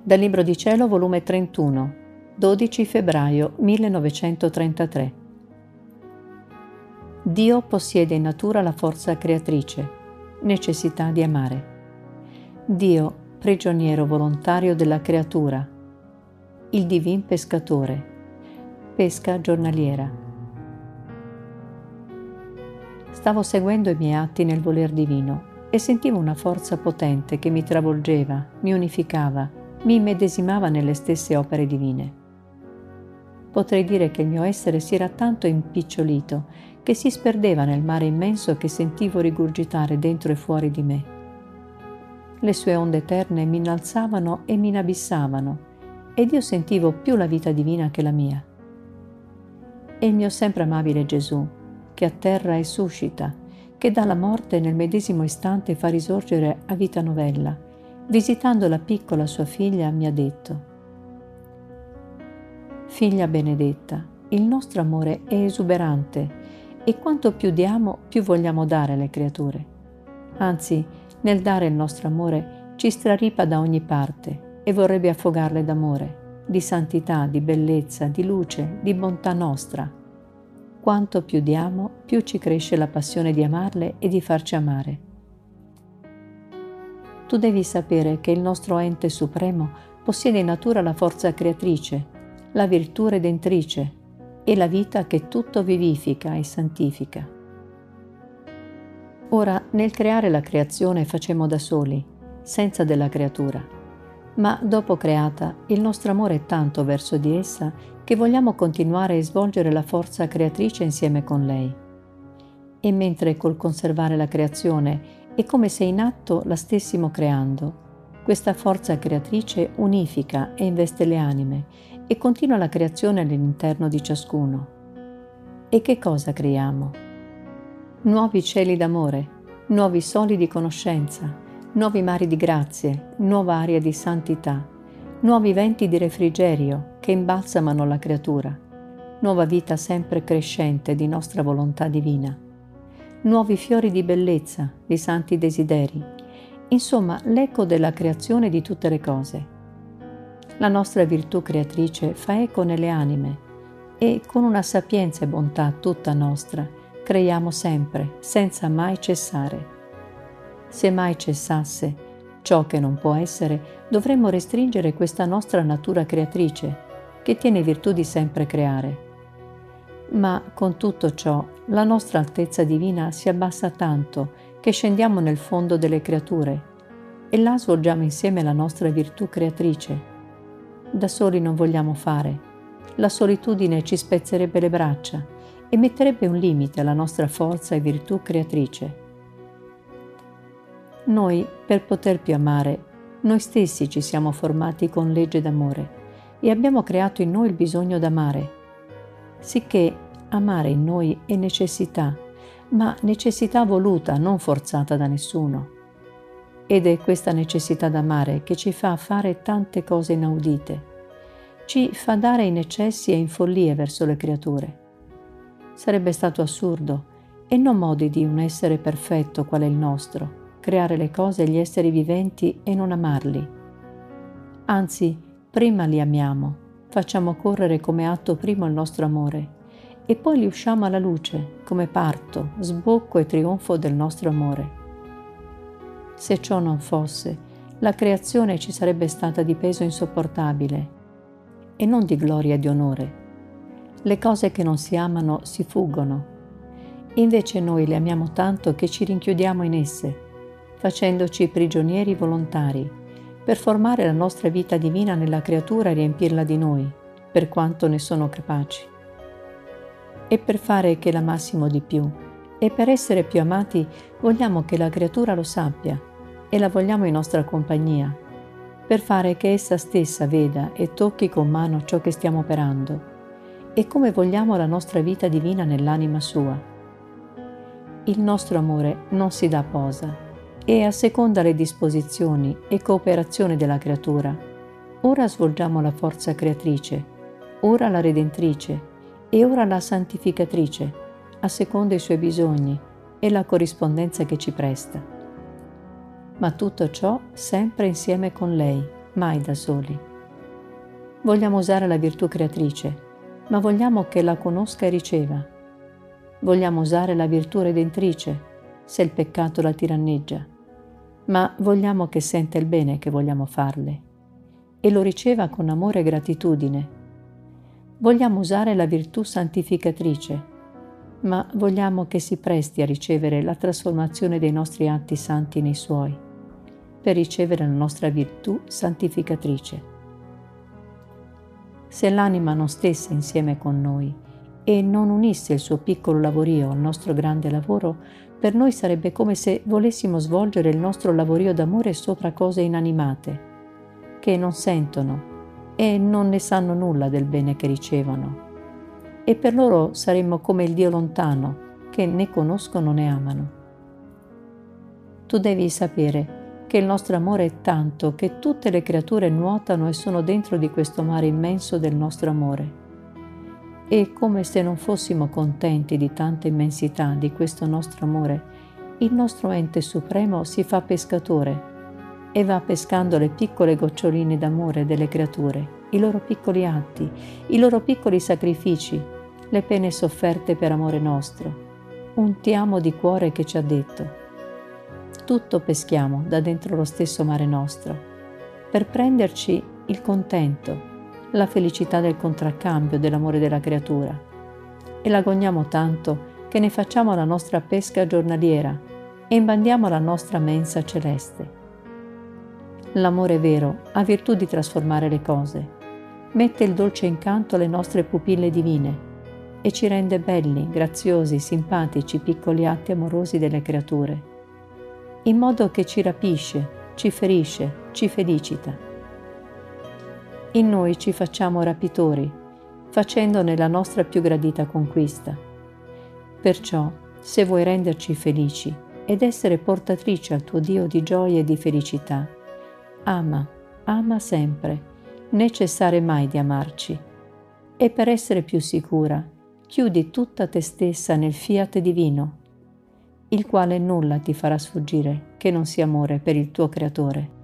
Dal Libro di Cielo, volume 31, 12 febbraio 1933. Dio possiede in natura la forza creatrice, necessità di amare. Dio, prigioniero volontario della creatura, il divin pescatore, pesca giornaliera. Stavo seguendo i miei atti nel voler divino e sentivo una forza potente che mi travolgeva, mi unificava, mi immedesimava nelle stesse opere divine. Potrei dire che il mio essere si era tanto impicciolito che si sperdeva nel mare immenso che sentivo rigurgitare dentro e fuori di me. Le sue onde eterne mi innalzavano e mi inabissavano, ed io sentivo più la vita divina che la mia. E il mio sempre amabile Gesù, che atterra e suscita, che dalla morte nel medesimo istante fa risorgere a vita novella, visitando la piccola sua figlia, mi ha detto: «Figlia benedetta, il nostro amore è esuberante e quanto più diamo, più vogliamo dare alle creature. Anzi, nel dare il nostro amore ci straripa da ogni parte e vorrebbe affogarle d'amore, di santità, di bellezza, di luce, di bontà nostra. Quanto più diamo, più ci cresce la passione di amarle e di farci amare. Tu devi sapere che il nostro ente supremo possiede in natura la forza creatrice, la virtù redentrice e la vita che tutto vivifica e santifica. Ora, nel creare la creazione facemmo da soli, senza della creatura, ma dopo creata il nostro amore è tanto verso di essa che vogliamo continuare a svolgere la forza creatrice insieme con lei. E mentre col conservare la creazione è come se in atto la stessimo creando, questa forza creatrice unifica e investe le anime e continua la creazione all'interno di ciascuno. E che cosa creiamo? Nuovi cieli d'amore, nuovi soli di conoscenza, nuovi mari di grazie, nuova aria di santità, nuovi venti di refrigerio che imbalsamano la creatura, nuova vita sempre crescente di nostra volontà divina, nuovi fiori di bellezza, di santi desideri, insomma l'eco della creazione di tutte le cose. La nostra virtù creatrice fa eco nelle anime e con una sapienza e bontà tutta nostra creiamo sempre, senza mai cessare. Se mai cessasse ciò che non può essere, dovremmo restringere questa nostra natura creatrice, che tiene virtù di sempre creare. Ma con tutto ciò, la nostra altezza divina si abbassa tanto che scendiamo nel fondo delle creature e là svolgiamo insieme la nostra virtù creatrice. Da soli non vogliamo fare. La solitudine ci spezzerebbe le braccia e metterebbe un limite alla nostra forza e virtù creatrice. Noi, per poter più amare, noi stessi ci siamo formati con legge d'amore e abbiamo creato in noi il bisogno d'amare, sicché amare in noi è necessità, ma necessità voluta, non forzata da nessuno. Ed è questa necessità d'amare che ci fa fare tante cose inaudite, ci fa dare in eccessi e in follie verso le creature. Sarebbe stato assurdo e non modi di un essere perfetto qual è il nostro, creare le cose e gli esseri viventi e non amarli. Anzi, prima li amiamo, facciamo correre come atto primo il nostro amore e poi li usciamo alla luce come parto, sbocco e trionfo del nostro amore. Se ciò non fosse, la creazione ci sarebbe stata di peso insopportabile e non di gloria e di onore. Le cose che non si amano si fuggono. Invece noi le amiamo tanto che ci rinchiudiamo in esse, facendoci prigionieri volontari, per formare la nostra vita divina nella creatura e riempirla di noi, per quanto ne sono capaci. E per fare che l'amassimo di più, e per essere più amati, vogliamo che la creatura lo sappia, e la vogliamo in nostra compagnia, per fare che essa stessa veda e tocchi con mano ciò che stiamo operando, e come vogliamo la nostra vita divina nell'anima sua. Il nostro amore non si dà posa, e a seconda le disposizioni e cooperazioni della creatura, ora svolgiamo la forza creatrice, ora la redentrice e ora la santificatrice, a seconda i suoi bisogni e la corrispondenza che ci presta. Ma tutto ciò sempre insieme con lei, mai da soli. Vogliamo usare la virtù creatrice, ma vogliamo che la conosca e riceva. Vogliamo usare la virtù redentrice, se il peccato la tiranneggia, ma vogliamo che senta il bene che vogliamo farle e lo riceva con amore e gratitudine. Vogliamo usare la virtù santificatrice, ma vogliamo che si presti a ricevere la trasformazione dei nostri atti santi nei suoi, per ricevere la nostra virtù santificatrice. Se l'anima non stesse insieme con noi e non unisse il suo piccolo lavorio al nostro grande lavoro, per noi sarebbe come se volessimo svolgere il nostro lavorio d'amore sopra cose inanimate, che non sentono e non ne sanno nulla del bene che ricevono. E per loro saremmo come il Dio lontano, che né conoscono né amano. Tu devi sapere che il nostro amore è tanto che tutte le creature nuotano e sono dentro di questo mare immenso del nostro amore. E come se non fossimo contenti di tanta immensità di questo nostro amore, il nostro ente supremo si fa pescatore e va pescando le piccole goccioline d'amore delle creature, i loro piccoli atti, i loro piccoli sacrifici, le pene sofferte per amore nostro, un ti amo di cuore che ci ha detto. Tutto peschiamo da dentro lo stesso mare nostro, per prenderci il contento, la felicità del contraccambio dell'amore della creatura, e l'agogniamo tanto che ne facciamo la nostra pesca giornaliera e imbandiamo la nostra mensa celeste. L'amore vero ha virtù di trasformare le cose, mette il dolce incanto alle nostre pupille divine e ci rende belli, graziosi, simpatici, piccoli atti amorosi delle creature, in modo che ci rapisce, ci ferisce, ci felicita. In noi ci facciamo rapitori, facendone la nostra più gradita conquista. Perciò, se vuoi renderci felici ed essere portatrice al tuo Dio di gioia e di felicità, ama sempre, né cessare mai di amarci. E per essere più sicura, chiudi tutta te stessa nel fiat divino, il quale nulla ti farà sfuggire che non sia amore per il tuo Creatore.